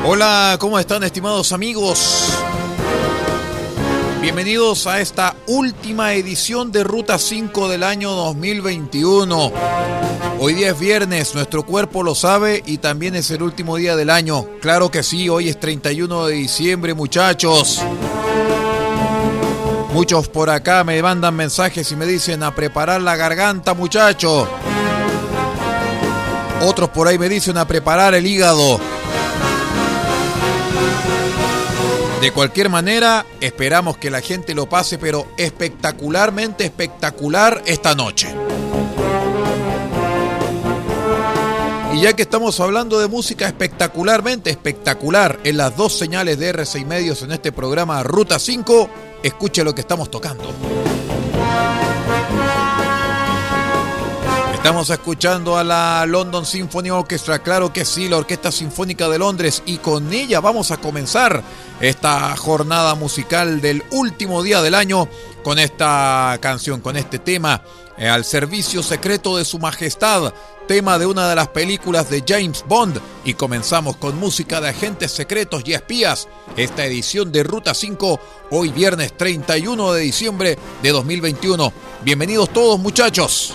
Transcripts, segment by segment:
Hola, ¿cómo están, estimados amigos? Bienvenidos a esta última edición de Ruta 5 del año 2021. Hoy día es viernes, nuestro cuerpo lo sabe y también es el último día del año. Claro que sí, hoy es 31 de diciembre, muchachos. Muchos por acá me mandan mensajes y me dicen a preparar la garganta, muchachos. Otros por ahí me dicen a preparar el hígado. De cualquier manera, esperamos que la gente lo pase, pero espectacularmente espectacular esta noche. Y ya que estamos hablando de música espectacularmente espectacular en las dos señales de R6 Medios en este programa Ruta 5, escuche lo que estamos tocando. Estamos escuchando a la London Symphony Orchestra, claro que sí, la Orquesta Sinfónica de Londres, y con ella vamos a comenzar esta jornada musical del último día del año con esta canción, con este tema, Al servicio secreto de su majestad, tema de una de las películas de James Bond, y comenzamos con música de agentes secretos y espías, esta edición de Ruta 5, hoy viernes 31 de diciembre de 2021. Bienvenidos todos, muchachos.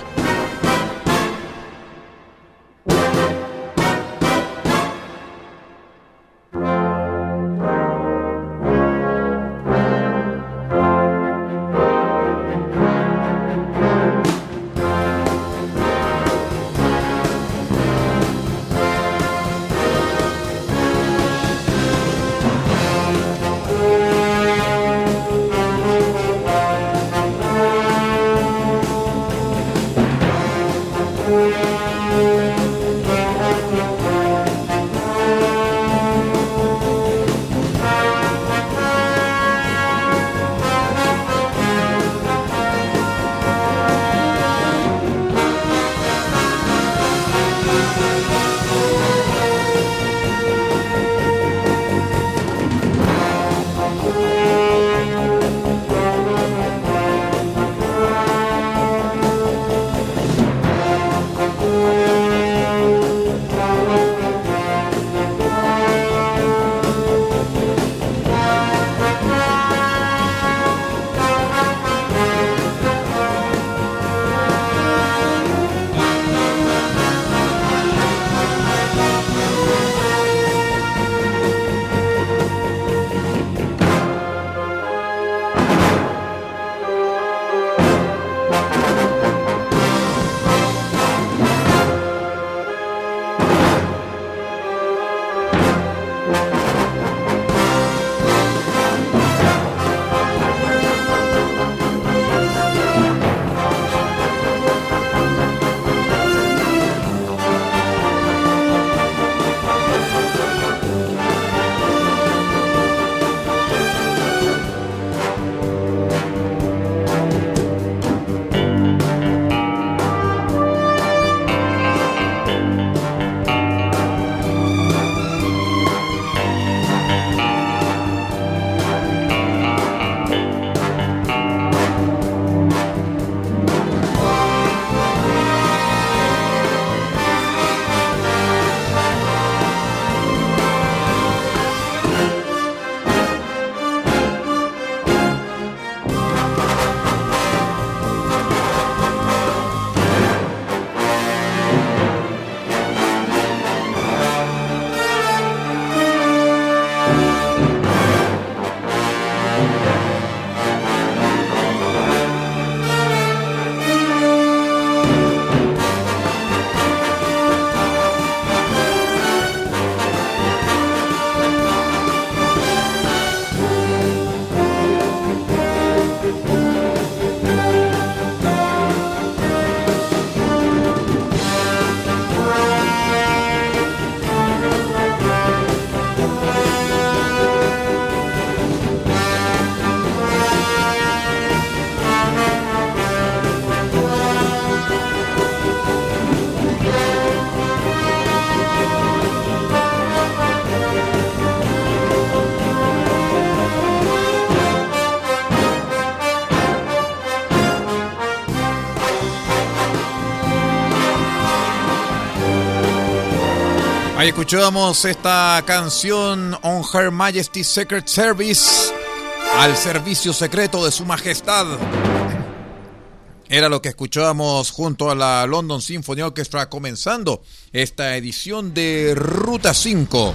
Ahí escuchábamos esta canción On Her Majesty's Secret Service, al servicio secreto de su majestad. Era lo que escuchábamos junto a la London Symphony Orchestra, comenzando esta edición de Ruta 5.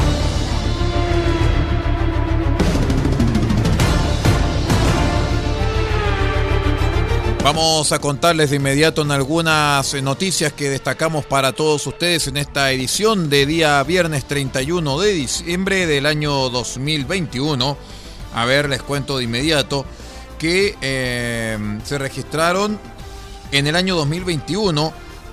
Vamos a contarles de inmediato en algunas noticias que destacamos para todos ustedes en esta edición de día viernes 31 de diciembre del año 2021. A ver, les cuento de inmediato que se registraron en el año 2021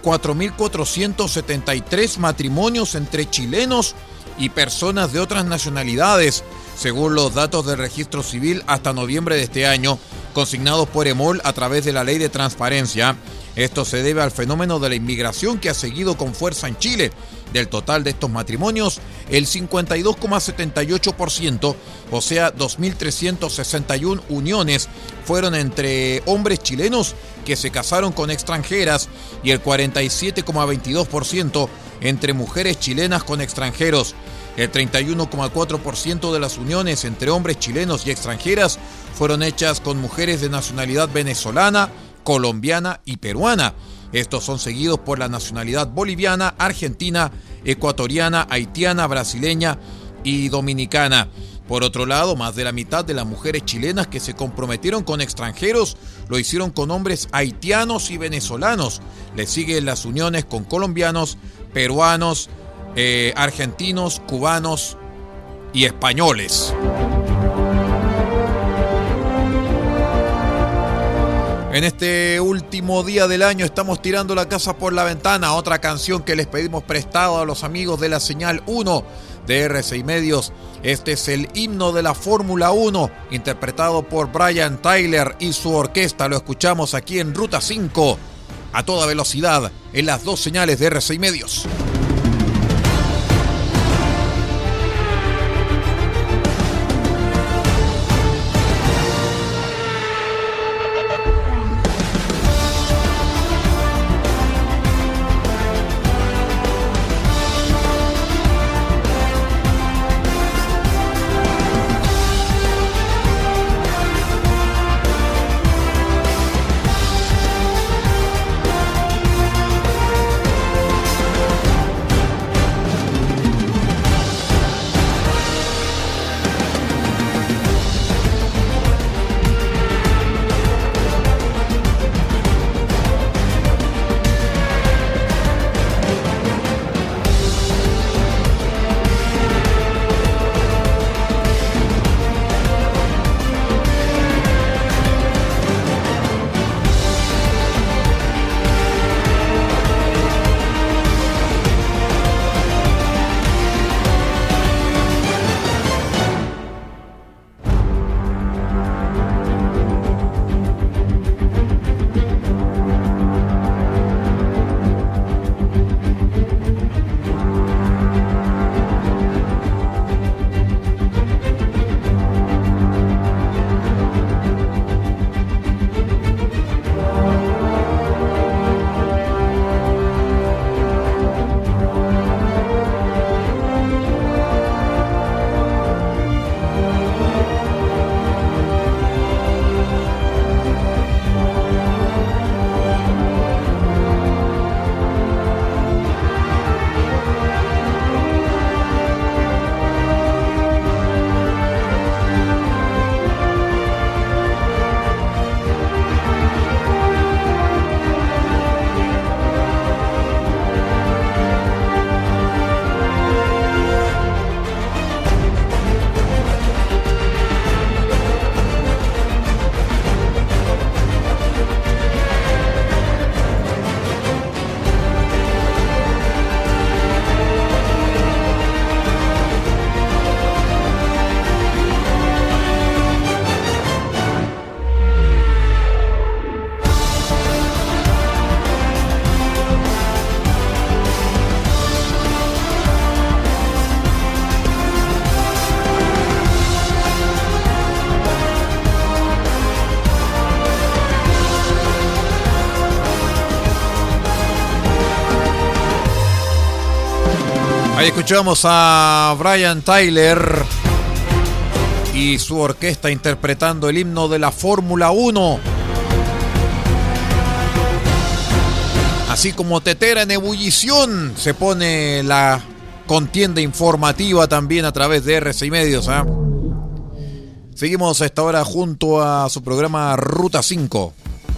4.473 matrimonios entre chilenos y personas de otras nacionalidades, según los datos del registro civil hasta noviembre de este año, consignados por EMOL a través de la Ley de Transparencia. Esto se debe al fenómeno de la inmigración que ha seguido con fuerza en Chile. Del total de estos matrimonios, el 52,78%, o sea, 2.361 uniones, fueron entre hombres chilenos que se casaron con extranjeras y el 47,22% entre mujeres chilenas con extranjeros. El 31,4% de las uniones entre hombres chilenos y extranjeras fueron hechas con mujeres de nacionalidad venezolana, colombiana y peruana. Estos son seguidos por la nacionalidad boliviana, argentina, ecuatoriana, haitiana, brasileña y dominicana. Por otro lado, más de la mitad de las mujeres chilenas que se comprometieron con extranjeros lo hicieron con hombres haitianos y venezolanos. Le siguen las uniones con colombianos, peruanos, argentinos, cubanos y españoles. En este último día del año estamos tirando la casa por la ventana. Otra canción que les pedimos prestado a los amigos de la Señal 1 de RCI Medios. Este es el himno de la Fórmula 1, interpretado por Brian Tyler y su orquesta. Lo escuchamos aquí en Ruta 5, a toda velocidad, en las dos señales de RCI Medios. Ahí escuchamos a Brian Tyler y su orquesta interpretando el himno de la Fórmula 1. Así como tetera en ebullición se pone la contienda informativa también a través de RCI Medios. Seguimos a esta hora junto a su programa Ruta 5.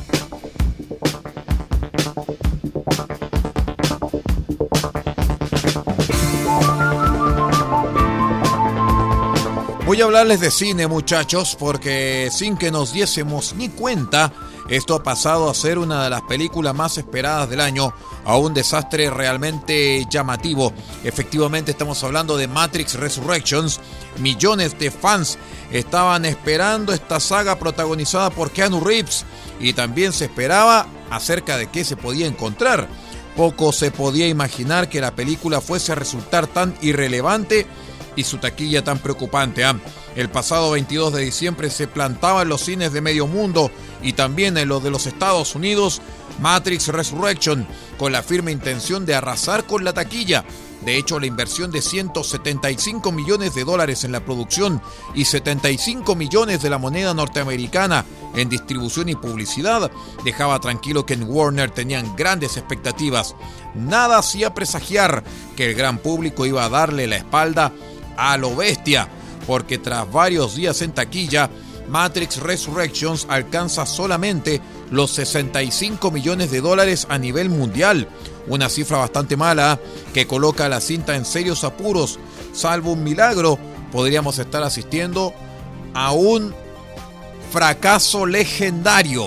Voy a hablarles de cine, muchachos, porque sin que nos diésemos ni cuenta, esto ha pasado a ser una de las películas más esperadas del año, a un desastre realmente llamativo. Efectivamente, estamos hablando de Matrix Resurrections. Millones de fans estaban esperando esta saga protagonizada por Keanu Reeves y también se esperaba acerca de qué se podía encontrar. Poco se podía imaginar que la película fuese a resultar tan irrelevante y su taquilla tan preocupante. El pasado 22 de diciembre se plantaba en los cines de medio mundo y también en los de los Estados Unidos Matrix Resurrection, con la firme intención de arrasar con la taquilla. De hecho, la inversión de $175 millones en la producción y 75 millones de la moneda norteamericana en distribución y publicidad dejaba tranquilo que en Warner tenían grandes expectativas. Nada hacía presagiar que el gran público iba a darle la espalda a lo bestia, porque tras varios días en taquilla, Matrix Resurrections alcanza solamente los 65 millones de dólares a nivel mundial, una cifra bastante mala que coloca a la cinta en serios apuros. Salvo un milagro, podríamos estar asistiendo a un fracaso legendario.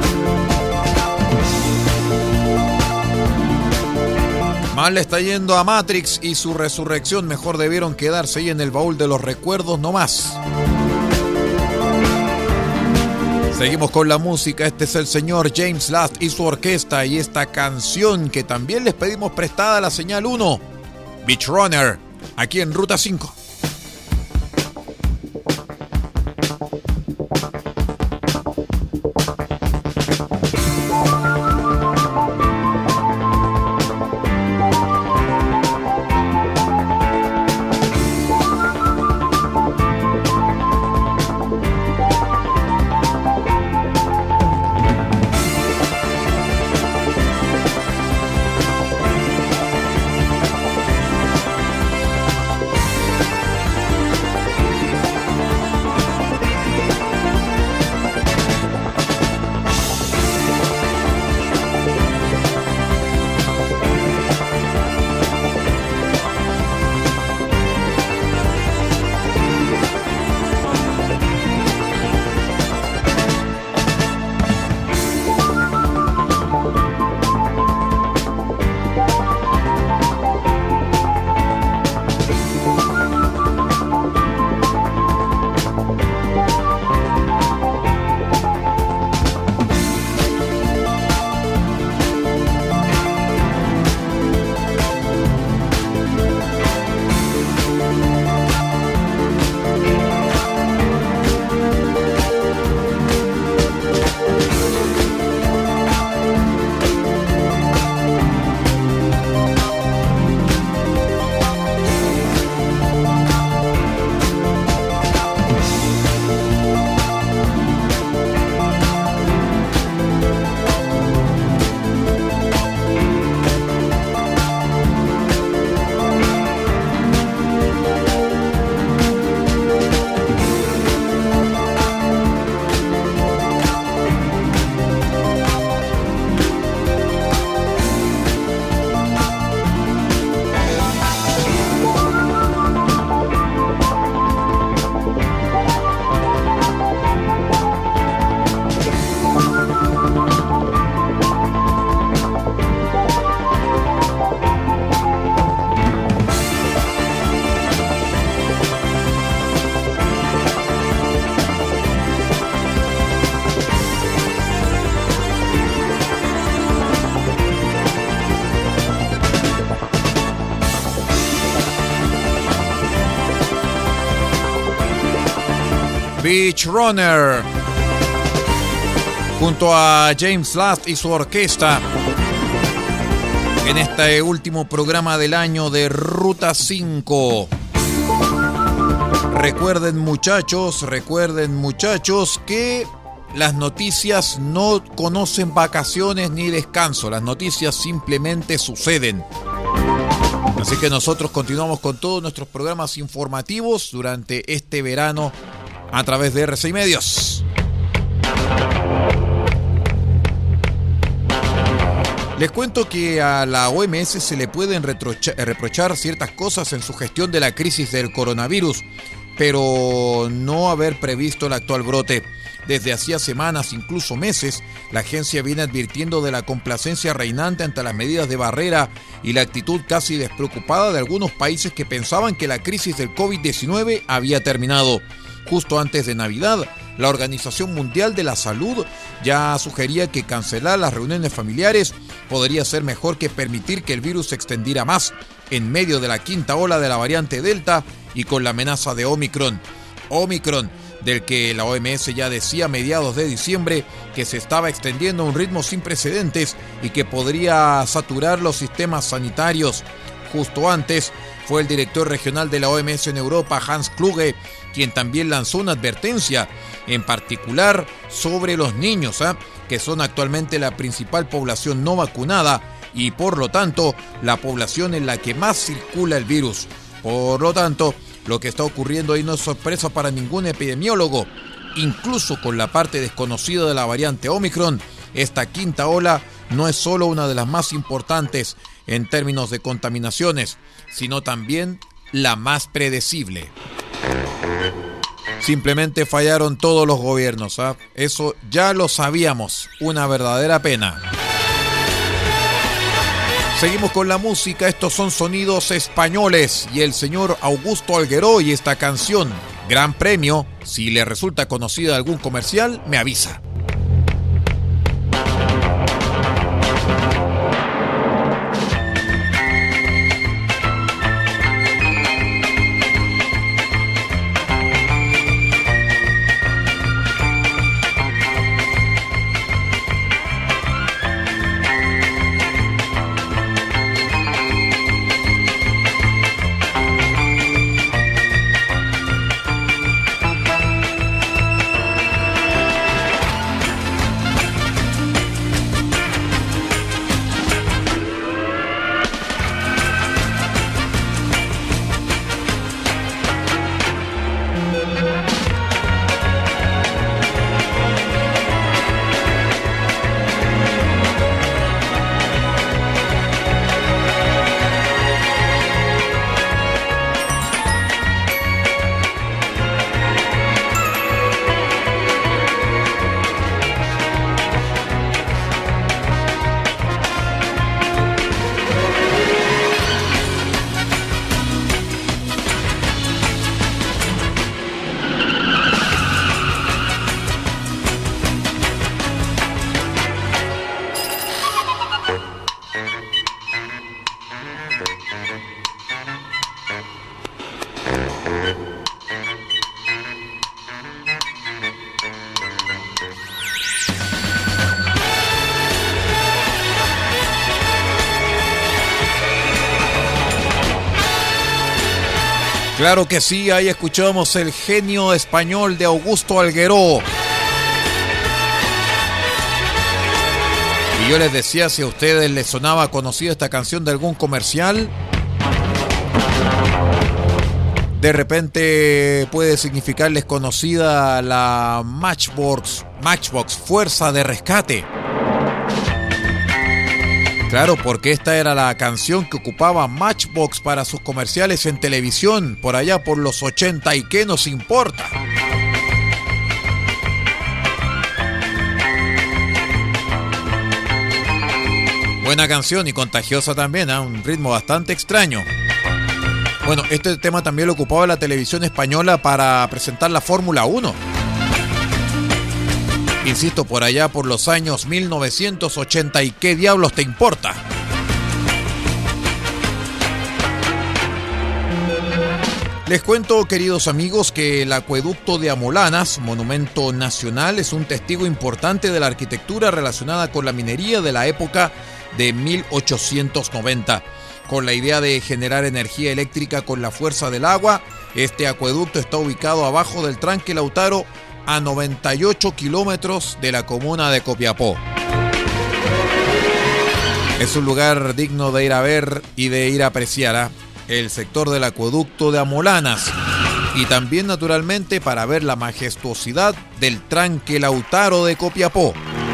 Mal le está yendo a Matrix y su resurrección, mejor debieron quedarse ahí en el baúl de los recuerdos nomás. Seguimos con la música. Este es el señor James Last y su orquesta y esta canción que también les pedimos prestada a la señal 1, Beach Runner, aquí en Ruta 5. Beach Runner, junto a James Last y su orquesta. en este último programa del año de Ruta 5. Recuerden muchachos que las noticias no conocen vacaciones ni descanso, las noticias simplemente suceden. Así que nosotros continuamos con todos nuestros programas informativos durante este verano a través de RCI Medios. Les cuento que a la OMS se le pueden reprochar ciertas cosas en su gestión de la crisis del coronavirus, pero no haber previsto el actual brote. Desde hacía semanas, incluso meses, la agencia viene advirtiendo de la complacencia reinante ante las medidas de barrera y la actitud casi despreocupada de algunos países que pensaban que la crisis del COVID-19 había terminado. Justo antes de Navidad, la Organización Mundial de la Salud ya sugería que cancelar las reuniones familiares podría ser mejor que permitir que el virus se extendiera más en medio de la quinta ola de la variante Delta y con la amenaza de Omicron, del que la OMS ya decía a mediados de diciembre que se estaba extendiendo a un ritmo sin precedentes y que podría saturar los sistemas sanitarios. Justo antes fue el director regional de la OMS en Europa, Hans Kluge, quien también lanzó una advertencia, en particular sobre los niños, que son actualmente la principal población no vacunada y por lo tanto la población en la que más circula el virus. Por lo tanto, lo que está ocurriendo ahí no es sorpresa para ningún epidemiólogo. Incluso con la parte desconocida de la variante Omicron, esta quinta ola no es solo una de las más importantes en términos de contaminaciones, sino también la más predecible. Simplemente fallaron todos los gobiernos, Eso ya lo sabíamos, una verdadera pena. Seguimos con la música, estos son sonidos españoles y el señor Augusto Algueró y esta canción, Gran Premio. Si le resulta conocida algún comercial, me avisa. Claro que sí, ahí escuchamos el genio español de Augusto Algueró. Y yo les decía, si a ustedes les sonaba conocida esta canción de algún comercial, de repente puede significarles conocida la Matchbox Fuerza de Rescate. Claro, porque esta era la canción que ocupaba Matchbox para sus comerciales en televisión, por allá por los 80, y qué nos importa. Buena canción y contagiosa también, un ritmo bastante extraño. Bueno, este tema también lo ocupaba la televisión española para presentar la Fórmula 1. Insisto, por allá por los años 1980, y qué diablos te importa. Les cuento, queridos amigos, que el acueducto de Amolanas, monumento nacional, es un testigo importante de la arquitectura relacionada con la minería de la época de 1890. Con la idea de generar energía eléctrica con la fuerza del agua, este acueducto está ubicado abajo del tranque Lautaro, a 98 kilómetros de la comuna de Copiapó. Es un lugar digno de ir a ver y de ir a apreciar el sector del acueducto de Amolanas, y también naturalmente para ver la majestuosidad del tranque Lautaro de Copiapó.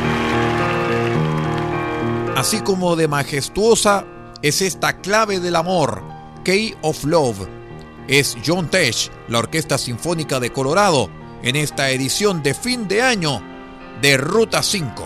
Así como de majestuosa es esta clave del amor, Key of Love. Es John Tesh, la Orquesta Sinfónica de Colorado, en esta edición de fin de año de Ruta 5.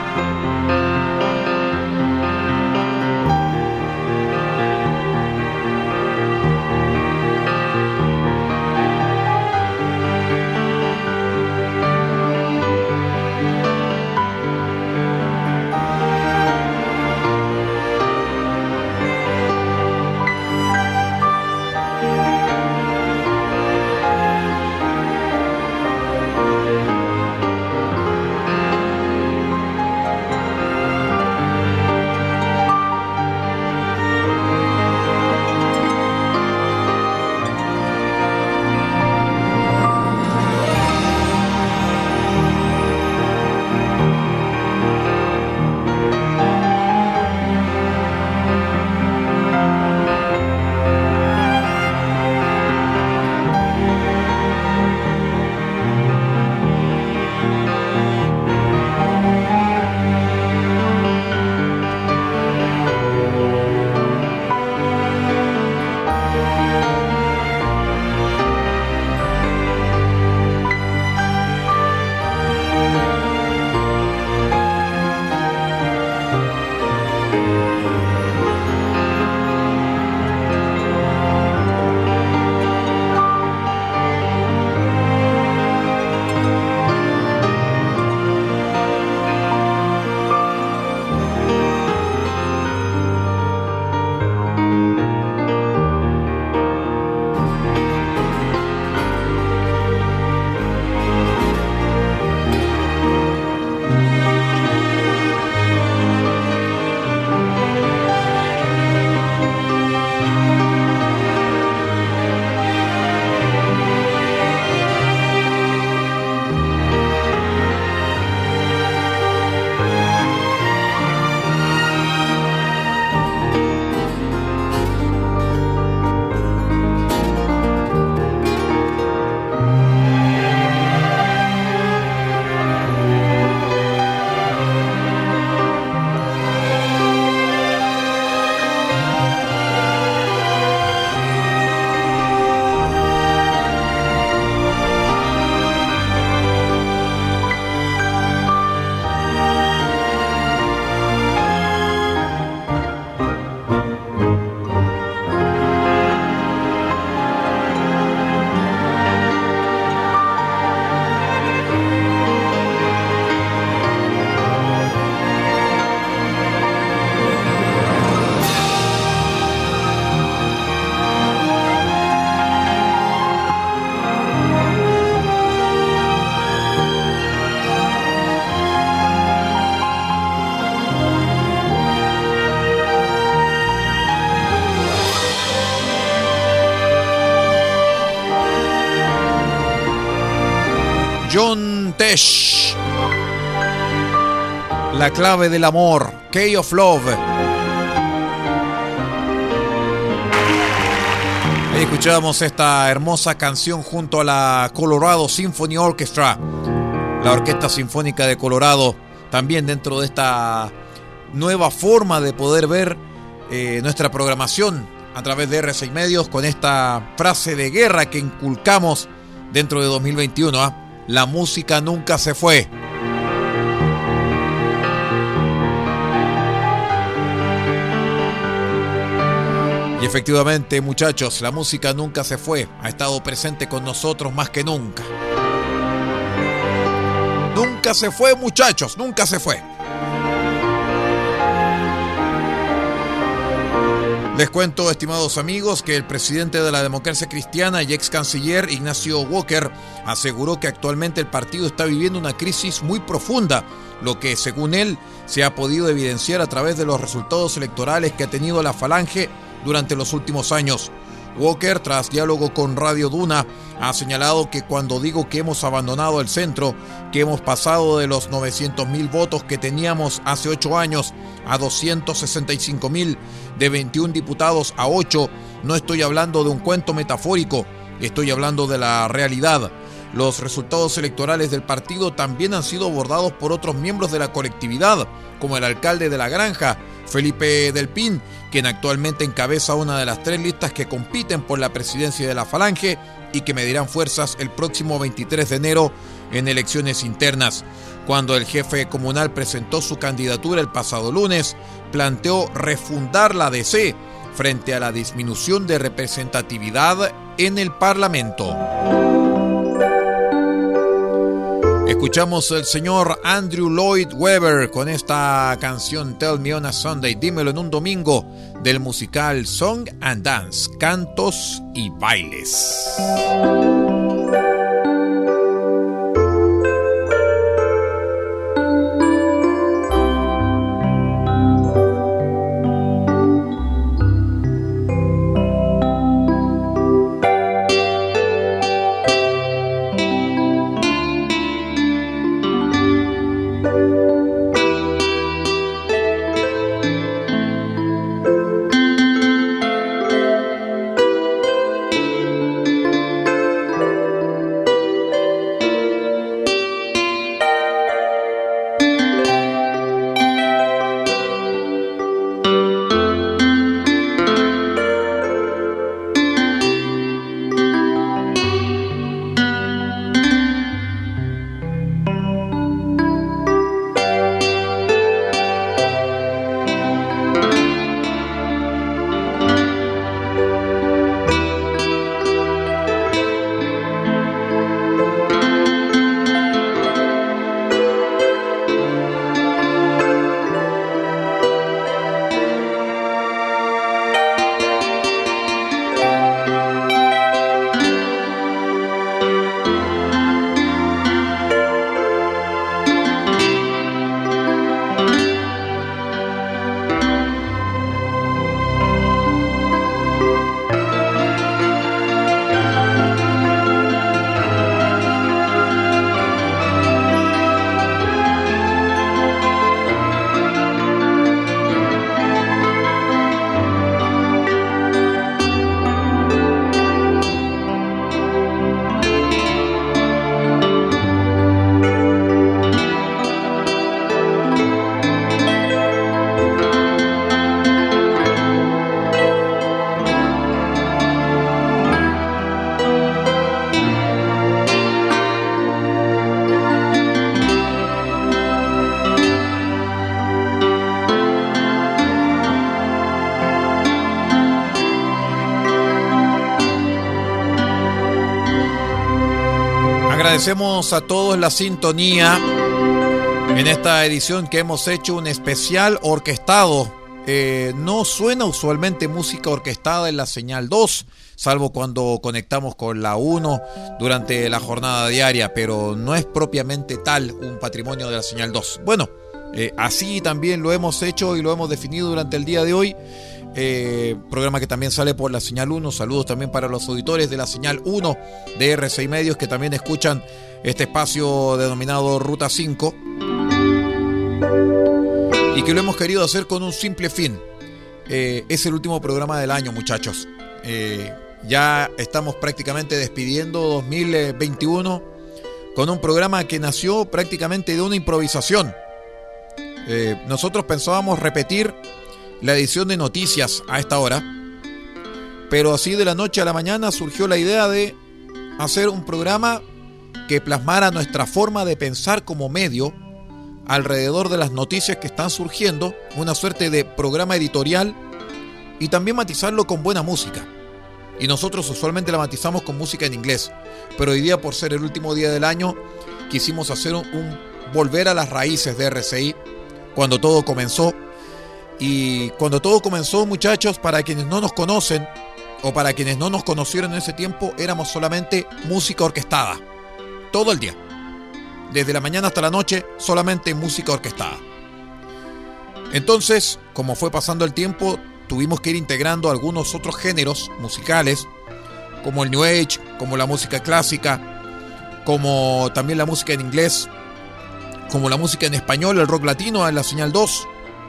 John Tesh, la clave del amor, Key of Love. Ahí escuchábamos esta hermosa canción junto a la Colorado Symphony Orchestra, la Orquesta Sinfónica de Colorado, también dentro de esta nueva forma de poder ver nuestra programación a través de R6 Medios, con esta frase de guerra que inculcamos dentro de 2021, la música nunca se fue. Y efectivamente, muchachos, la música nunca se fue, ha estado presente con nosotros más que nunca. Nunca se fue, muchachos, nunca se fue. Les cuento, estimados amigos, que el presidente de la Democracia Cristiana y ex canciller Ignacio Walker aseguró que actualmente el partido está viviendo una crisis muy profunda, lo que, según él, se ha podido evidenciar a través de los resultados electorales que ha tenido la Falange durante los últimos años. Walker, tras diálogo con Radio Duna, ha señalado que cuando digo que hemos abandonado el centro, que hemos pasado de los 900.000 votos que teníamos hace 8 años a 265.000, de 21 diputados a 8, no estoy hablando de un cuento metafórico, estoy hablando de la realidad. Los resultados electorales del partido también han sido abordados por otros miembros de la colectividad, como el alcalde de La Granja, Felipe Del Pin, quien actualmente encabeza una de las 3 listas que compiten por la presidencia de la Falange y que medirán fuerzas el próximo 23 de enero en elecciones internas. Cuando el jefe comunal presentó su candidatura el pasado lunes, planteó refundar la DC frente a la disminución de representatividad en el Parlamento. Escuchamos al señor Andrew Lloyd Webber con esta canción Tell Me on a Sunday, dímelo en un domingo, del musical Song and Dance, cantos y bailes. Agradecemos a todos la sintonía en esta edición que hemos hecho un especial orquestado. No suena usualmente música orquestada en la señal 2, salvo cuando conectamos con la 1 durante la jornada diaria, pero no es propiamente tal un patrimonio de la señal 2. Bueno, así también lo hemos hecho y lo hemos definido durante el día de hoy. Programa que también sale por la señal 1. Saludos también para los auditores de la señal 1 de RCI Medios que también escuchan este espacio denominado Ruta 5 y que lo hemos querido hacer con un simple fin. Es el último programa del año, muchachos. Ya estamos prácticamente despidiendo 2021 con un programa que nació prácticamente de una improvisación. Nosotros pensábamos repetir la edición de noticias a esta hora, pero así de la noche a la mañana surgió la idea de hacer un programa que plasmara nuestra forma de pensar como medio alrededor de las noticias que están surgiendo, una suerte de programa editorial, y también matizarlo con buena música. Y nosotros usualmente la matizamos con música en inglés, pero hoy día, por ser el último día del año, quisimos hacer un volver a las raíces de RCI, cuando todo comenzó, Y cuando todo comenzó, muchachos, para quienes no nos conocen o para quienes no nos conocieron en ese tiempo, éramos solamente música orquestada. Todo el día. Desde la mañana hasta la noche, solamente música orquestada. Entonces, como fue pasando el tiempo, tuvimos que ir integrando algunos otros géneros musicales, como el New Age, como la música clásica, como también la música en inglés, como la música en español, el rock latino en la señal 2.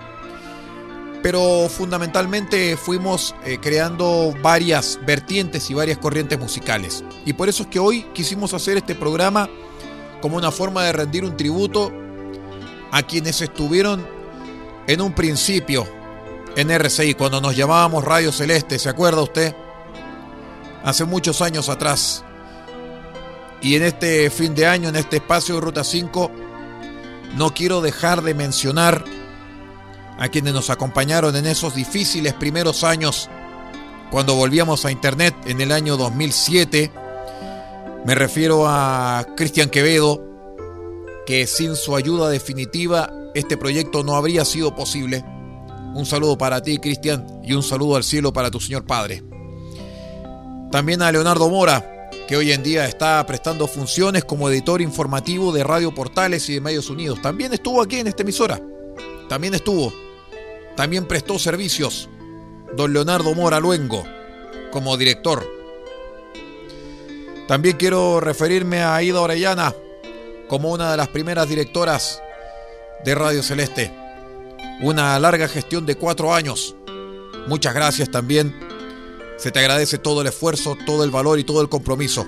Pero fundamentalmente fuimos creando varias vertientes y varias corrientes musicales. Y por eso es que hoy quisimos hacer este programa como una forma de rendir un tributo a quienes estuvieron en un principio en RCI, cuando nos llamábamos Radio Celeste, ¿se acuerda usted? Hace muchos años atrás. Y en este fin de año, en este espacio de Ruta 5, no quiero dejar de mencionar a quienes nos acompañaron en esos difíciles primeros años, cuando volvíamos a Internet en el año 2007. Me refiero a Cristian Quevedo, que sin su ayuda definitiva este proyecto no habría sido posible. Un saludo para ti, Cristian, y un saludo al cielo para tu señor padre. También a Leonardo Mora, que hoy en día está prestando funciones como editor informativo de Radio Portales y de Medios Unidos. También estuvo aquí en esta emisora. También prestó servicios don Leonardo Mora Luengo como director. También quiero referirme a Aida Orellana como una de las primeras directoras de Radio Celeste. Una larga gestión de 4 años. Muchas gracias también. Se te agradece todo el esfuerzo, todo el valor y todo el compromiso.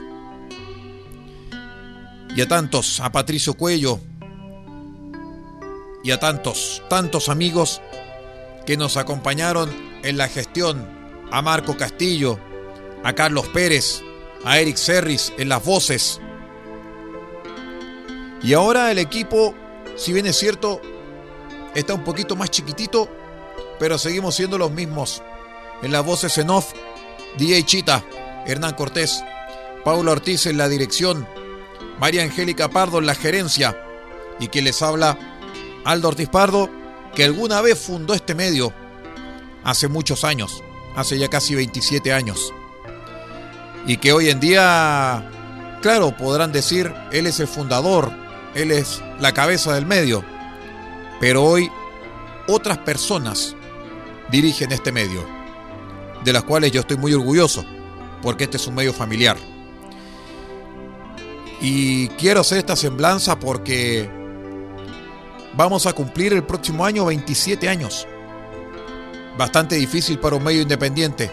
Y a tantos, a Patricio Cuello y a tantos amigos que nos acompañaron en la gestión, a Marco Castillo, a Carlos Pérez, a Eric Serris en las voces. Y ahora el equipo, si bien es cierto, está un poquito más chiquitito, pero seguimos siendo los mismos. En las voces en off, DJ Chita, Hernán Cortés, Paula Ortiz en la dirección, María Angélica Pardo en la gerencia, y quien les habla, Aldo Ortiz Pardo, que alguna vez fundó este medio hace muchos años, hace ya casi 27 años. Y que hoy en día, claro, podrán decir, él es el fundador, él es la cabeza del medio. Pero hoy otras personas dirigen este medio, de las cuales yo estoy muy orgulloso, porque este es un medio familiar. Y quiero hacer esta semblanza porque vamos a cumplir el próximo año 27 años. Bastante difícil para un medio independiente.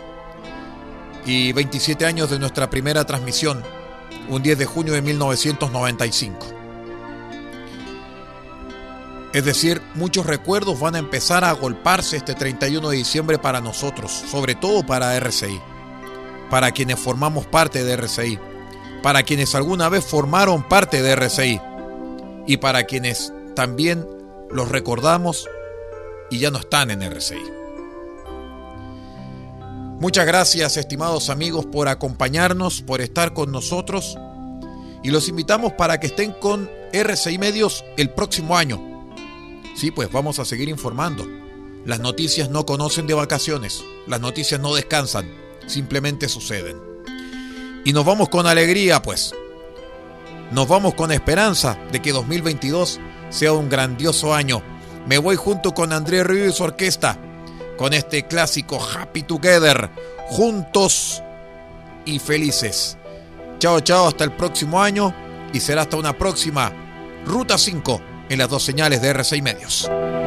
Y 27 años de nuestra primera transmisión, un 10 de junio de 1995. Es decir, muchos recuerdos van a empezar a agolparse este 31 de diciembre para nosotros, sobre todo para RCI, para quienes formamos parte de RCI, para quienes alguna vez formaron parte de RCI y para quienes también los recordamos y ya no están en RCI. Muchas gracias, estimados amigos, por acompañarnos, por estar con nosotros, y los invitamos para que estén con RCI Medios el próximo año. Sí, pues vamos a seguir informando. Las noticias no conocen de vacaciones, las noticias no descansan, simplemente suceden. Y nos vamos con alegría, pues. Nos vamos con esperanza de que 2022 sea un grandioso año. Me voy junto con Andrés Río y su orquesta, con este clásico Happy Together, juntos y felices. Chao, chao, hasta el próximo año, y será hasta una próxima Ruta 5 en las 2 señales de RCI Medios.